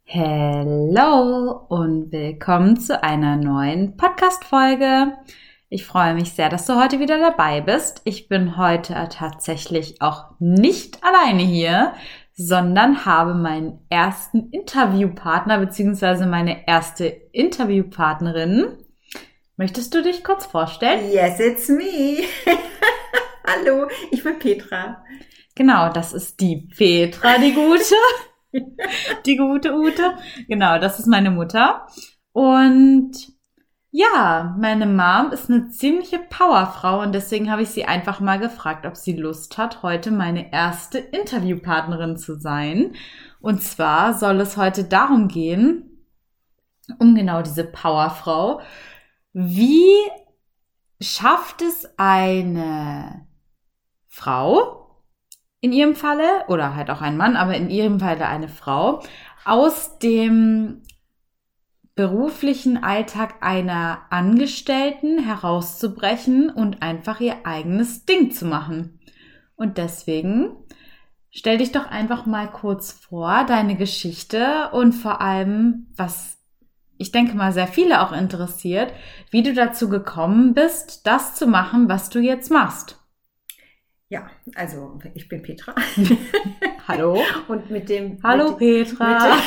Hello und willkommen zu einer neuen Podcast-Folge. Ich freue mich sehr, dass du heute wieder dabei bist. Ich bin heute tatsächlich auch nicht alleine hier, sondern habe meinen ersten Interviewpartner bzw. meine erste Interviewpartnerin. Möchtest du dich kurz vorstellen? Yes, it's me. Hallo, ich bin Petra. Genau, das ist die Petra, die Gute. Die gute Ute. Genau, das ist meine Mutter. Und ja, meine Mom ist eine ziemliche Powerfrau und deswegen habe ich sie einfach mal gefragt, ob sie Lust hat, heute meine erste Interviewpartnerin zu sein. Und zwar soll es heute darum gehen, um genau diese Powerfrau. Wie schafft es eine Frau, in ihrem Falle, oder halt auch ein Mann, aber in ihrem Falle eine Frau, aus dem beruflichen Alltag einer Angestellten herauszubrechen und einfach ihr eigenes Ding zu machen. Und deswegen stell dich doch einfach mal kurz vor, deine Geschichte und vor allem, was ich denke mal sehr viele auch interessiert, wie du dazu gekommen bist, das zu machen, was du jetzt machst. Ja, also ich bin Petra. Hallo. Und mit dem Petra.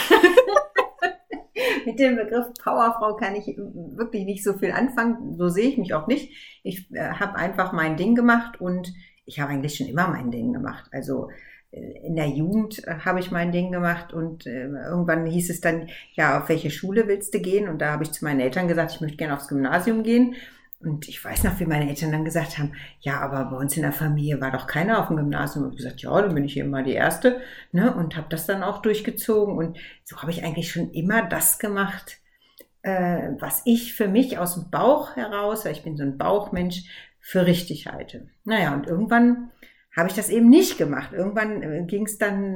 Mit dem Begriff Powerfrau kann ich wirklich nicht so viel anfangen. So sehe ich mich auch nicht. Ich habe einfach mein Ding gemacht und ich habe eigentlich schon immer mein Ding gemacht. Also in der Jugend habe ich mein Ding gemacht und irgendwann hieß es dann, ja, auf welche Schule willst du gehen? Und da habe ich zu meinen Eltern gesagt, ich möchte gerne aufs Gymnasium gehen. Und ich weiß noch, wie meine Eltern dann gesagt haben, ja, aber bei uns in der Familie war doch keiner auf dem Gymnasium. Und ich gesagt, ja, dann bin ich hier immer die Erste, ne? Und habe das dann auch durchgezogen. Und so habe ich eigentlich schon immer das gemacht, was ich für mich aus dem Bauch heraus, weil ich bin so ein Bauchmensch, für richtig halte. Naja, und irgendwann habe ich das eben nicht gemacht. Irgendwann ging es dann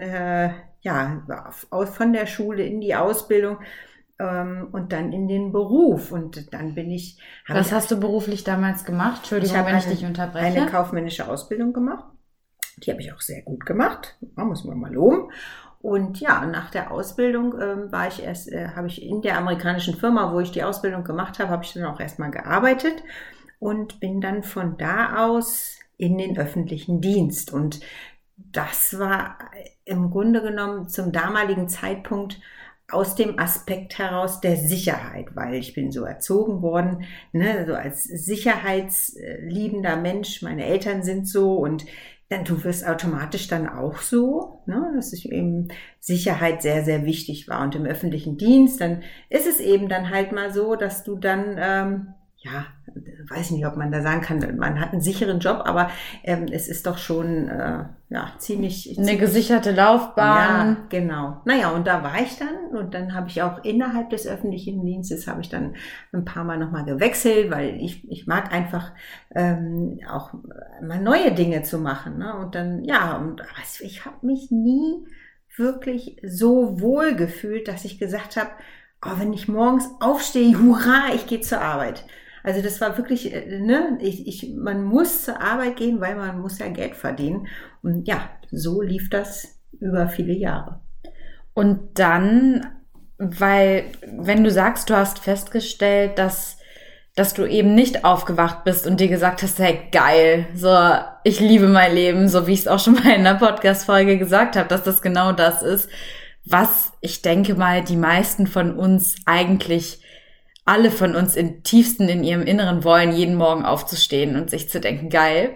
von der Schule in die Ausbildung und dann in den Beruf. Und dann bin ich... Was hast du beruflich damals gemacht? Entschuldigung, wenn ich dich unterbreche. Eine kaufmännische Ausbildung gemacht. Die habe ich auch sehr gut gemacht. Muss man mal loben. Und ja, nach der Ausbildung habe ich in der amerikanischen Firma, wo ich die Ausbildung gemacht habe, habe ich dann auch erstmal gearbeitet und bin dann von da aus in den öffentlichen Dienst. Und das war im Grunde genommen zum damaligen Zeitpunkt aus dem Aspekt heraus der Sicherheit, weil ich bin so erzogen worden, ne, so als sicherheitsliebender Mensch. Meine Eltern sind so und dann du wirst automatisch dann auch so, ne, dass ich eben Sicherheit sehr, sehr wichtig war. Und im öffentlichen Dienst, dann ist es eben dann halt mal so, dass du dann, weiß nicht, ob man da sagen kann, man hat einen sicheren Job, aber es ist doch schon ziemlich... Eine gesicherte Laufbahn. Ja, genau. Naja, und da war ich dann und dann habe ich auch innerhalb des öffentlichen Dienstes habe ich dann ein paar Mal nochmal gewechselt, weil ich mag einfach auch mal neue Dinge zu machen. Ne? Und dann, aber ich habe mich nie wirklich so wohl gefühlt, dass ich gesagt habe, oh, wenn ich morgens aufstehe, hurra, ich gehe zur Arbeit. Also das war wirklich, man muss zur Arbeit gehen, weil man muss ja Geld verdienen. Und ja, so lief das über viele Jahre. Und dann, weil, wenn du sagst, du hast festgestellt, dass du eben nicht aufgewacht bist und dir gesagt hast, hey, geil, so, ich liebe mein Leben, so wie ich es auch schon mal in der Podcast-Folge gesagt habe, dass das genau das ist, was ich denke mal, die meisten von uns eigentlich alle von uns im tiefsten in ihrem Inneren wollen, jeden Morgen aufzustehen und sich zu denken, geil.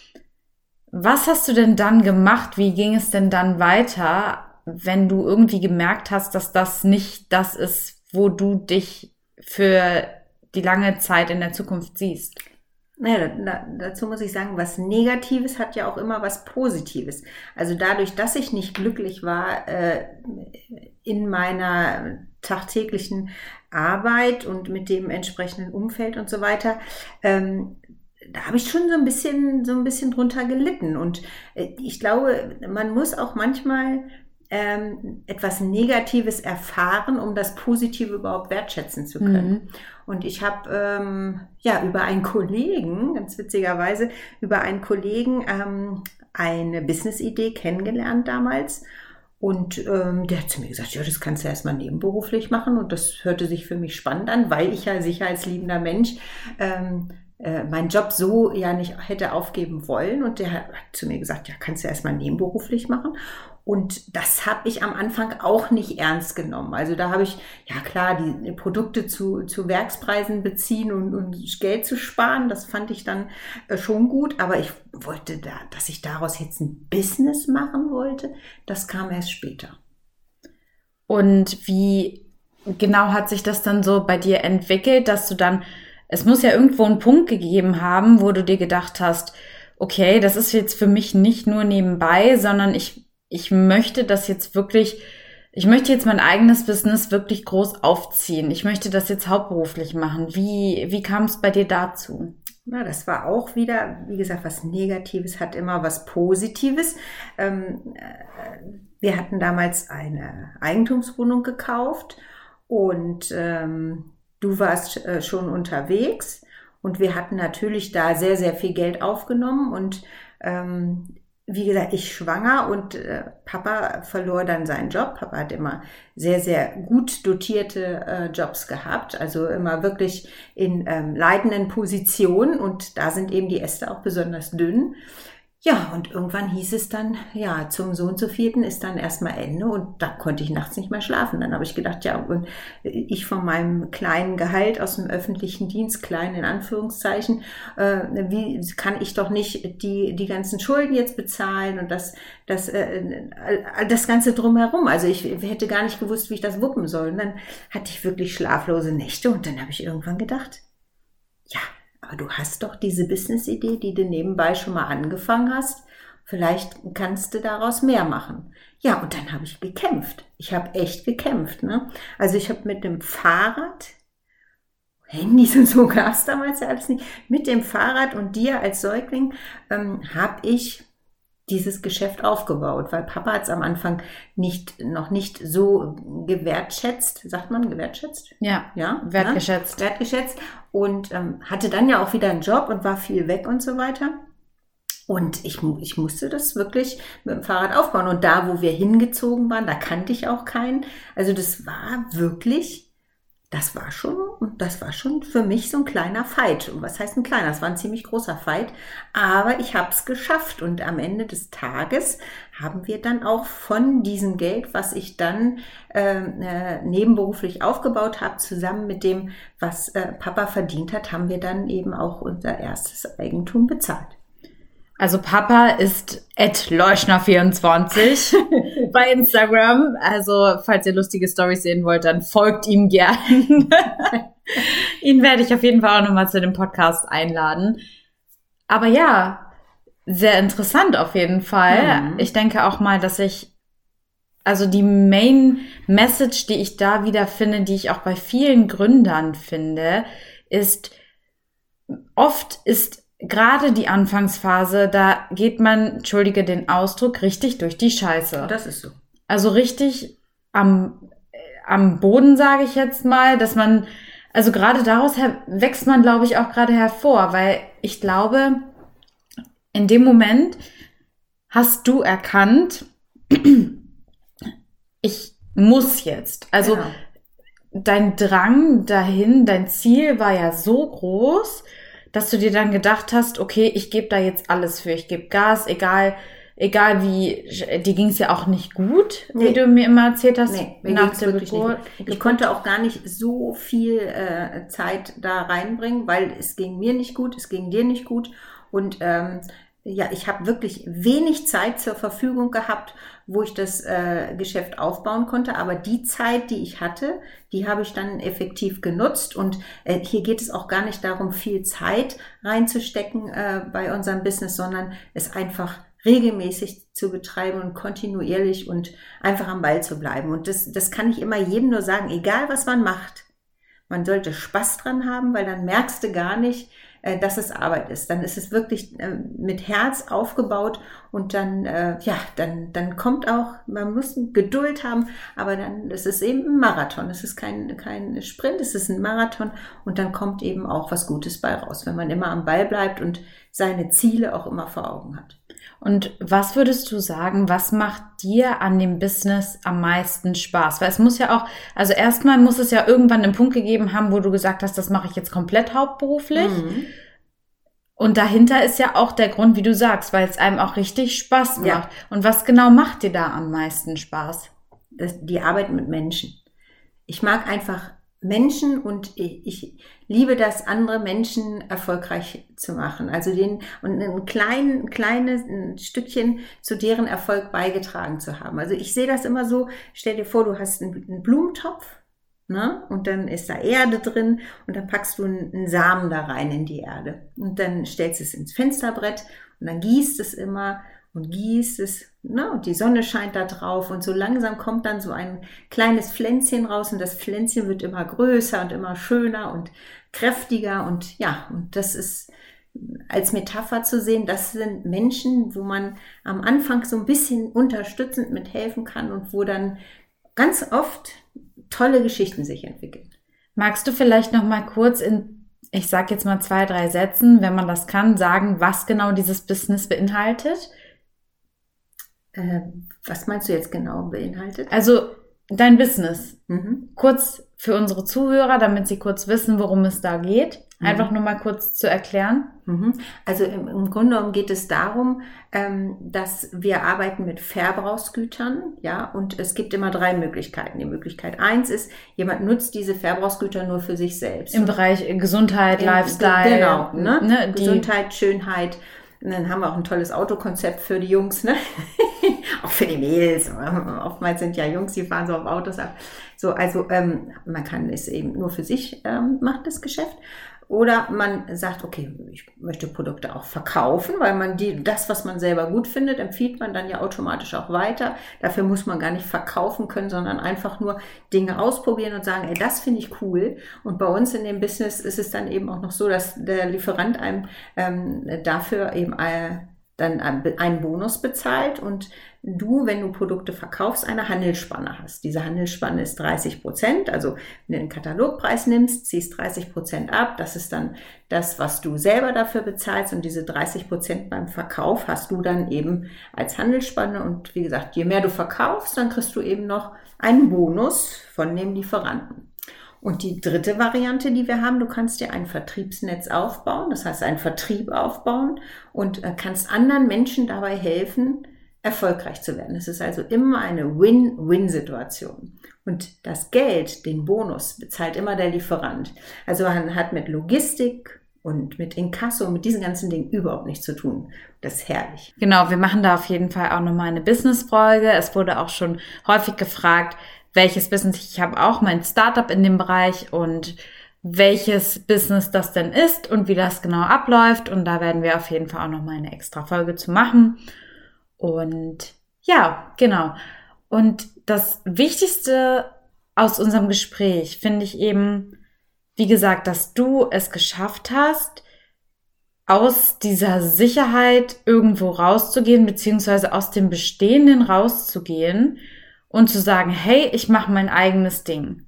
Was hast du denn dann gemacht? Wie ging es denn dann weiter, wenn du irgendwie gemerkt hast, dass das nicht das ist, wo du dich für die lange Zeit in der Zukunft siehst? Naja, dazu muss ich sagen, was Negatives hat ja auch immer was Positives. Also dadurch, dass ich nicht glücklich war in meiner tagtäglichen Arbeit und mit dem entsprechenden Umfeld und so weiter, da habe ich schon so ein bisschen drunter gelitten. Und ich glaube, man muss auch manchmal etwas Negatives erfahren, um das Positive überhaupt wertschätzen zu können. Mhm. Und ich habe über einen Kollegen, ganz witzigerweise, eine Business-Idee kennengelernt damals. Und der hat zu mir gesagt, ja, das kannst du erstmal nebenberuflich machen. Und das hörte sich für mich spannend an, weil ich ja sicherheitsliebender Mensch meinen Job so ja nicht hätte aufgeben wollen. Und der hat zu mir gesagt, ja, kannst du erstmal nebenberuflich machen. Und das habe ich am Anfang auch nicht ernst genommen. Also da habe ich, ja klar, die Produkte zu Werkspreisen beziehen und Geld zu sparen, das fand ich dann schon gut. Aber ich wollte dass ich daraus jetzt ein Business machen wollte, das kam erst später. Und wie genau hat sich das dann so bei dir entwickelt, dass du dann, es muss ja irgendwo einen Punkt gegeben haben, wo du dir gedacht hast, okay, das ist jetzt für mich nicht nur nebenbei, sondern ich möchte das jetzt wirklich, ich möchte jetzt mein eigenes Business wirklich groß aufziehen. Ich möchte das jetzt hauptberuflich machen. Wie kam es bei dir dazu? Na, das war auch wieder, wie gesagt, was Negatives hat immer was Positives. Wir hatten damals eine Eigentumswohnung gekauft und du warst schon unterwegs und wir hatten natürlich da sehr, sehr viel Geld aufgenommen und wie gesagt, ich schwanger und Papa verlor dann seinen Job. Papa hat immer sehr, sehr gut dotierte Jobs gehabt, also immer wirklich in leitenden Positionen und da sind eben die Äste auch besonders dünn. Ja, und irgendwann hieß es dann, ja, zum so und so vierten ist dann erstmal Ende und da konnte ich nachts nicht mehr schlafen. Dann habe ich gedacht, ja, und ich von meinem kleinen Gehalt aus dem öffentlichen Dienst, klein in Anführungszeichen, wie kann ich doch nicht die ganzen Schulden jetzt bezahlen und das Ganze drumherum. Also ich hätte gar nicht gewusst, wie ich das wuppen soll. Und dann hatte ich wirklich schlaflose Nächte und dann habe ich irgendwann gedacht, ja, aber du hast doch diese Business-Idee, die du nebenbei schon mal angefangen hast. Vielleicht kannst du daraus mehr machen. Ja, und dann habe ich gekämpft. Ich habe echt gekämpft. Ne? Also ich habe mit dem Fahrrad, Handys und so gab es damals ja alles nicht, mit dem Fahrrad und dir als Säugling habe ich dieses Geschäft aufgebaut, weil Papa hat es am Anfang noch nicht so gewertschätzt, sagt man gewertschätzt? Ja, wertgeschätzt. Ne? Wertgeschätzt und hatte dann ja auch wieder einen Job und war viel weg und so weiter. Und ich musste das wirklich mit dem Fahrrad aufbauen. Und da, wo wir hingezogen waren, da kannte ich auch keinen. Also das war wirklich... Das war schon für mich so ein kleiner Fight. Und was heißt ein kleiner? Das war ein ziemlich großer Fight. Aber ich habe es geschafft. Und am Ende des Tages haben wir dann auch von diesem Geld, was ich dann nebenberuflich aufgebaut habe, zusammen mit dem, was Papa verdient hat, haben wir dann eben auch unser erstes Eigentum bezahlt. Also Papa ist @leuschner24 bei Instagram. Also falls ihr lustige Storys sehen wollt, dann folgt ihm gern. Ihn werde ich auf jeden Fall auch nochmal zu dem Podcast einladen. Aber ja, sehr interessant auf jeden Fall. Mhm. Ich denke auch mal, dass also die Main Message, die ich da wieder finde, die ich auch bei vielen Gründern finde, ist, oft ist gerade die Anfangsphase, da geht man, entschuldige den Ausdruck, richtig durch die Scheiße. Das ist so. Also richtig am Boden, sage ich jetzt mal, dass man, also gerade daraus wächst man, glaube ich, auch gerade hervor, weil ich glaube, in dem Moment hast du erkannt, ich muss jetzt. Also ja. Dein Drang dahin, dein Ziel war ja so groß, dass du dir dann gedacht hast, okay, ich gebe da jetzt alles für, ich gebe Gas, egal wie, dir ging es ja auch nicht gut, wie du mir immer erzählt hast, nach der Geburt. Ich konnte auch gar nicht so viel Zeit da reinbringen, weil es ging mir nicht gut, es ging dir nicht gut und ich habe wirklich wenig Zeit zur Verfügung gehabt, wo ich das Geschäft aufbauen konnte. Aber die Zeit, die ich hatte, die habe ich dann effektiv genutzt. Und hier geht es auch gar nicht darum, viel Zeit reinzustecken bei unserem Business, sondern es einfach regelmäßig zu betreiben und kontinuierlich und einfach am Ball zu bleiben. Und das kann ich immer jedem nur sagen, egal was man macht. Man sollte Spaß dran haben, weil dann merkst du gar nicht, dass es Arbeit ist. Dann ist es wirklich mit Herz aufgebaut und dann kommt auch, man muss Geduld haben, aber dann ist es eben ein Marathon. Es ist kein Sprint, es ist ein Marathon und dann kommt eben auch was Gutes bei raus, wenn man immer am Ball bleibt und seine Ziele auch immer vor Augen hat. Und was würdest du sagen, was macht dir an dem Business am meisten Spaß? Weil es muss ja auch, also erstmal muss es ja irgendwann einen Punkt gegeben haben, wo du gesagt hast, das mache ich jetzt komplett hauptberuflich. Mhm. Und dahinter ist ja auch der Grund, wie du sagst, weil es einem auch richtig Spaß macht. Ja. Und was genau macht dir da am meisten Spaß? Die Arbeit mit Menschen. Ich mag einfach Menschen und ich liebe das, andere Menschen erfolgreich zu machen. Also ein kleines Stückchen zu deren Erfolg beigetragen zu haben. Also ich sehe das immer so, stell dir vor, du hast einen Blumentopf, ne? Und dann ist da Erde drin und dann packst du einen Samen da rein in die Erde. Und dann stellst du es ins Fensterbrett und dann gießt es immer und gießt es, ne, und die Sonne scheint da drauf und so langsam kommt dann so ein kleines Pflänzchen raus und das Pflänzchen wird immer größer und immer schöner und kräftiger und ja, und das ist als Metapher zu sehen, das sind Menschen, wo man am Anfang so ein bisschen unterstützend mithelfen kann und wo dann ganz oft tolle Geschichten sich entwickeln. Magst du vielleicht noch mal kurz ich sag jetzt mal 2, 3 Sätzen, wenn man das kann, sagen, was genau dieses Business beinhaltet? Was meinst du jetzt genau beinhaltet? Also dein Business. Mhm. Kurz für unsere Zuhörer, damit sie kurz wissen, worum es da geht. Einfach nur mal kurz zu erklären. Mhm. Also im Grunde genommen geht es darum, dass wir arbeiten mit Verbrauchsgütern, ja, und es gibt immer 3 Möglichkeiten. Die Möglichkeit 1 ist, jemand nutzt diese Verbrauchsgüter nur für sich selbst. Im Bereich Gesundheit, Lifestyle. Genau, ne? Die Gesundheit, Schönheit. Und dann haben wir auch ein tolles Autokonzept für die Jungs, ne? Auch für die Mädels. Oftmals sind ja Jungs, die fahren so auf Autos ab. So, also man kann es eben nur für sich machen, das Geschäft. Oder man sagt, okay, ich möchte Produkte auch verkaufen, weil man das, was man selber gut findet, empfiehlt man dann ja automatisch auch weiter. Dafür muss man gar nicht verkaufen können, sondern einfach nur Dinge ausprobieren und sagen, ey, das finde ich cool. Und bei uns in dem Business ist es dann eben auch noch so, dass der Lieferant einem dafür eben dann einen Bonus bezahlt und du, wenn du Produkte verkaufst, eine Handelsspanne hast. Diese Handelsspanne ist 30%. Also wenn du den Katalogpreis nimmst, ziehst 30% ab. Das ist dann das, was du selber dafür bezahlst. Und diese 30% beim Verkauf hast du dann eben als Handelsspanne. Und wie gesagt, je mehr du verkaufst, dann kriegst du eben noch einen Bonus von dem Lieferanten. Und die dritte Variante, die wir haben, du kannst dir ein Vertriebsnetz aufbauen, das heißt einen Vertrieb aufbauen und kannst anderen Menschen dabei helfen, erfolgreich zu werden. Es ist also immer eine Win-Win-Situation. Und das Geld, den Bonus, bezahlt immer der Lieferant. Also man hat mit Logistik und mit Inkasso, mit diesen ganzen Dingen überhaupt nichts zu tun. Das ist herrlich. Genau, wir machen da auf jeden Fall auch nochmal eine Business-Folge. Es wurde auch schon häufig gefragt, welches Business, ich habe auch mein Startup in dem Bereich und welches Business das denn ist und wie das genau abläuft. Und da werden wir auf jeden Fall auch nochmal eine extra Folge zu machen. Und ja, genau. Und das Wichtigste aus unserem Gespräch finde ich eben, wie gesagt, dass du es geschafft hast, aus dieser Sicherheit irgendwo rauszugehen, beziehungsweise aus dem Bestehenden rauszugehen und zu sagen, hey, ich mache mein eigenes Ding.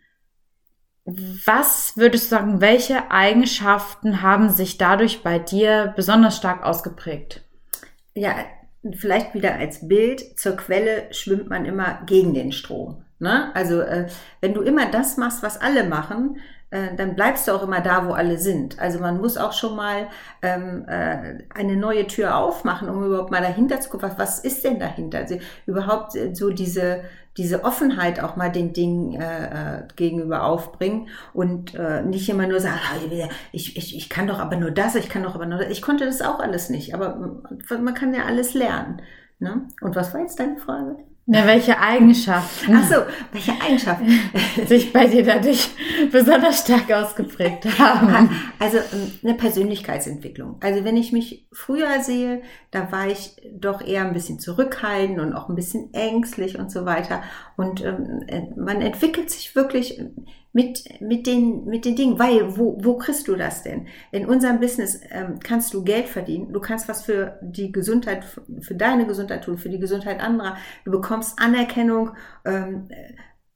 Was würdest du sagen, welche Eigenschaften haben sich dadurch bei dir besonders stark ausgeprägt? Ja, vielleicht wieder als Bild, zur Quelle schwimmt man immer gegen den Strom. Ne? Also wenn du immer das machst, was alle machen, dann bleibst du auch immer da, wo alle sind. Also man muss auch schon mal eine neue Tür aufmachen, um überhaupt mal dahinter zu gucken, was ist denn dahinter? Also überhaupt so diese Offenheit auch mal den Dingen gegenüber aufbringen und nicht immer nur sagen, ich kann doch aber nur das, ich kann doch aber nur das. Ich konnte das auch alles nicht, aber man kann ja alles lernen. Ne? Und was war jetzt deine Frage? Na, welche Eigenschaften? Ach so, welche Eigenschaften sich bei dir dadurch besonders stark ausgeprägt haben? Also eine Persönlichkeitsentwicklung. Also wenn ich mich früher sehe, da war ich doch eher ein bisschen zurückhaltend und auch ein bisschen ängstlich und so weiter. Und man entwickelt sich wirklich mit den Dingen, weil wo kriegst du das denn? In unserem Business kannst du Geld verdienen, du kannst was für die Gesundheit, für deine Gesundheit tun, für die Gesundheit anderer, du bekommst Anerkennung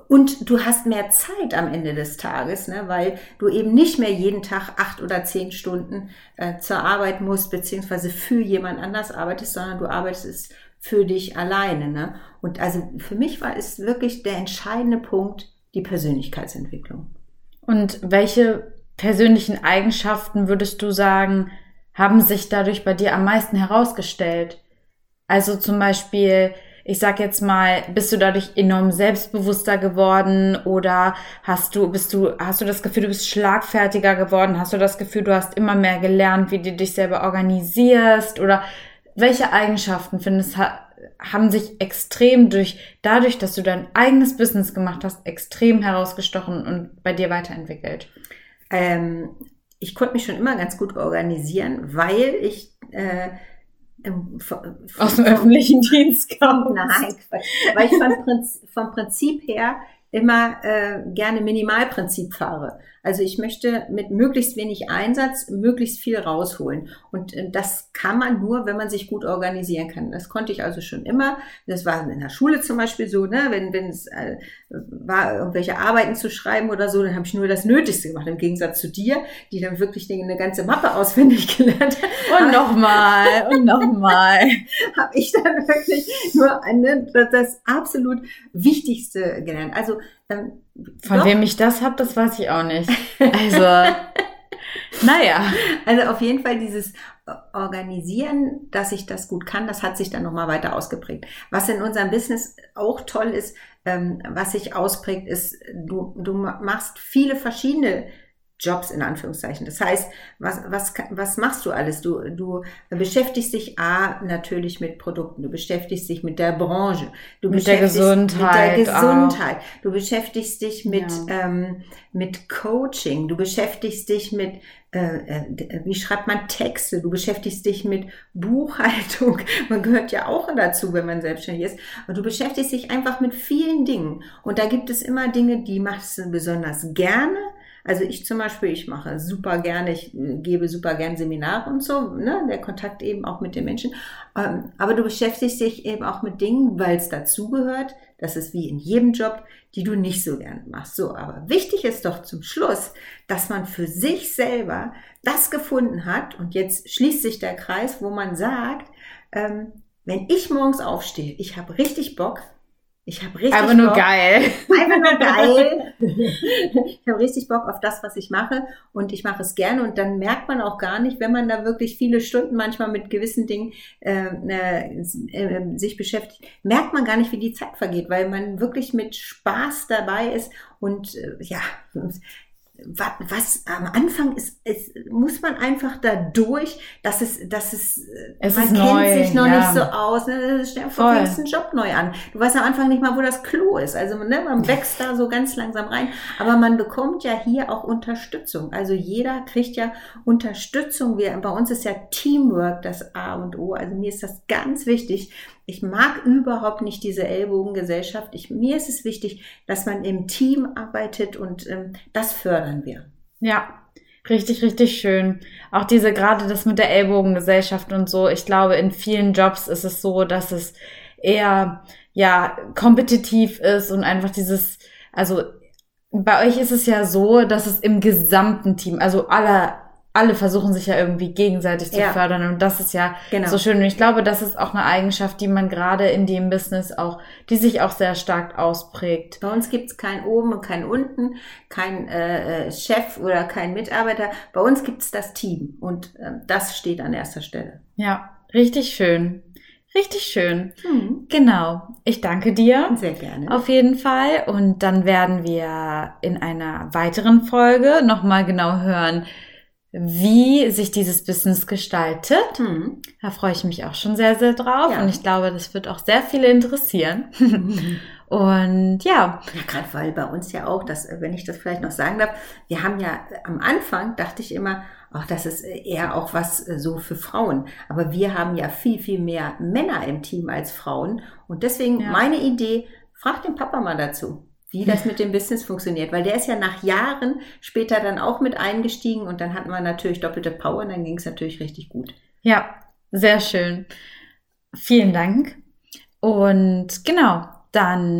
Und du hast mehr Zeit am Ende des Tages, ne, weil du eben nicht mehr jeden Tag 8 oder 10 Stunden zur Arbeit musst, beziehungsweise für jemand anders arbeitest, sondern du arbeitest für dich alleine. Ne? Und also für mich ist wirklich der entscheidende Punkt die Persönlichkeitsentwicklung. Und welche persönlichen Eigenschaften würdest du sagen, haben sich dadurch bei dir am meisten herausgestellt? Also zum Beispiel, ich sag jetzt mal, bist du dadurch enorm selbstbewusster geworden oder hast du das Gefühl, du bist schlagfertiger geworden? Hast du das Gefühl, du hast immer mehr gelernt, wie du dich selber organisierst? Oder welche Eigenschaften findest haben sich extrem dadurch, dass du dein eigenes Business gemacht hast, extrem herausgestochen und bei dir weiterentwickelt? Ich konnte mich schon immer ganz gut organisieren, weil ich aus dem öffentlichen Dienst kam. Nein, weil ich vom Prinzip her immer gerne Minimalprinzip fahre. Also ich möchte mit möglichst wenig Einsatz möglichst viel rausholen. Und das kann man nur, wenn man sich gut organisieren kann. Das konnte ich also schon immer. Das war in der Schule zum Beispiel so, ne? Wenn es war, irgendwelche Arbeiten zu schreiben oder so, dann habe ich nur das Nötigste gemacht. Im Gegensatz zu dir, die dann wirklich eine ganze Mappe auswendig gelernt hat. Und nochmal. Habe ich dann wirklich nur das absolut Wichtigste gelernt. Also von wem ich das habe, das weiß ich auch nicht. Also, naja. Also auf jeden Fall dieses Organisieren, dass ich das gut kann, das hat sich dann nochmal weiter ausgeprägt. Was in unserem Business auch toll ist, was sich ausprägt, ist, du machst viele verschiedene Jobs in Anführungszeichen. Das heißt, was machst du alles? Du beschäftigst dich natürlich mit Produkten, du beschäftigst dich mit der Branche, mit der Gesundheit. Du beschäftigst dich mit Coaching, du beschäftigst dich mit wie schreibt man Texte, du beschäftigst dich mit Buchhaltung, man gehört ja auch dazu, wenn man selbstständig ist, und du beschäftigst dich einfach mit vielen Dingen. Und da gibt es immer Dinge, die machst du besonders gerne. Also ich zum Beispiel, ich mache super gerne, ich gebe super gerne Seminare und so, ne, der Kontakt eben auch mit den Menschen. Aber du beschäftigst dich eben auch mit Dingen, weil es dazugehört. Das ist wie in jedem Job, die du nicht so gerne machst. So, aber wichtig ist doch zum Schluss, dass man für sich selber das gefunden hat. Und jetzt schließt sich der Kreis, wo man sagt, wenn ich morgens aufstehe, ich habe richtig Bock, Einfach nur geil. Ich habe richtig Bock auf das, was ich mache, und ich mache es gerne, und dann merkt man auch gar nicht, wenn man da wirklich viele Stunden manchmal mit gewissen Dingen sich beschäftigt, merkt man gar nicht, wie die Zeit vergeht, weil man wirklich mit Spaß dabei ist und was am Anfang ist, muss man einfach da durch, man kennt sich noch nicht so aus, ne? Stell dir vor, du fängst einen Job neu an. Du weißt am Anfang nicht mal, wo das Klo ist. Also, ne, man wächst da so ganz langsam rein. Aber man bekommt ja hier auch Unterstützung. Also jeder kriegt ja Unterstützung. Bei uns ist ja Teamwork das A und O. Also mir ist das ganz wichtig. Ich mag überhaupt nicht diese Ellbogengesellschaft. Mir ist es wichtig, dass man im Team arbeitet, und das fördern wir. Ja, richtig, richtig schön. Auch gerade das mit der Ellbogengesellschaft und so. Ich glaube, in vielen Jobs ist es so, dass es eher, kompetitiv ist und einfach also bei euch ist es ja so, dass es im gesamten Team, also alle versuchen sich ja irgendwie gegenseitig zu fördern, und das ist ja so schön. Und ich glaube, das ist auch eine Eigenschaft, die man gerade in dem Business die sich auch sehr stark ausprägt. Bei uns gibt's kein Oben und kein Unten, kein Chef oder kein Mitarbeiter. Bei uns gibt's das Team, und das steht an erster Stelle. Ja, richtig schön. Richtig schön. Genau. Ich danke dir. Sehr gerne. Auf jeden Fall. Und dann werden wir in einer weiteren Folge nochmal genau hören, wie sich dieses Business gestaltet. Da freue ich mich auch schon sehr, sehr drauf. Ja. Und ich glaube, das wird auch sehr viele interessieren. Und ja. Gerade weil bei uns ja auch, wenn ich das vielleicht noch sagen darf, wir haben ja am Anfang, dachte ich immer, das ist eher auch was so für Frauen. Aber wir haben ja viel, viel mehr Männer im Team als Frauen. Und deswegen meine Idee, frag den Papa mal dazu, wie das mit dem Business funktioniert, weil der ist ja nach Jahren später dann auch mit eingestiegen, und dann hatten wir natürlich doppelte Power, und dann ging es natürlich richtig gut. Ja, sehr schön. Vielen Dank. Und genau, dann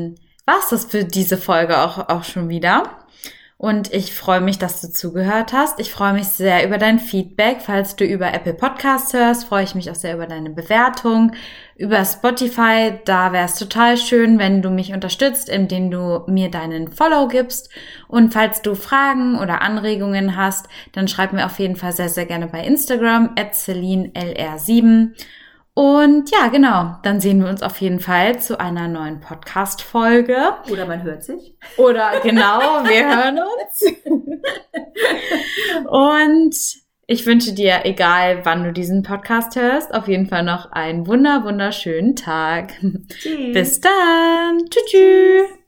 war's das für diese Folge auch schon wieder. Und ich freue mich, dass du zugehört hast. Ich freue mich sehr über dein Feedback. Falls du über Apple Podcasts hörst, freue ich mich auch sehr über deine Bewertung. Über Spotify, da wäre es total schön, wenn du mich unterstützt, indem du mir deinen Follow gibst. Und falls du Fragen oder Anregungen hast, dann schreib mir auf jeden Fall sehr, sehr gerne bei Instagram @CelineLR7. Und ja, genau, dann sehen wir uns auf jeden Fall zu einer neuen Podcast-Folge. Oder man hört sich. Oder genau, wir hören uns. Und ich wünsche dir, egal wann du diesen Podcast hörst, auf jeden Fall noch einen wunderschönen Tag. Tschüss. Bis dann. Tschüss.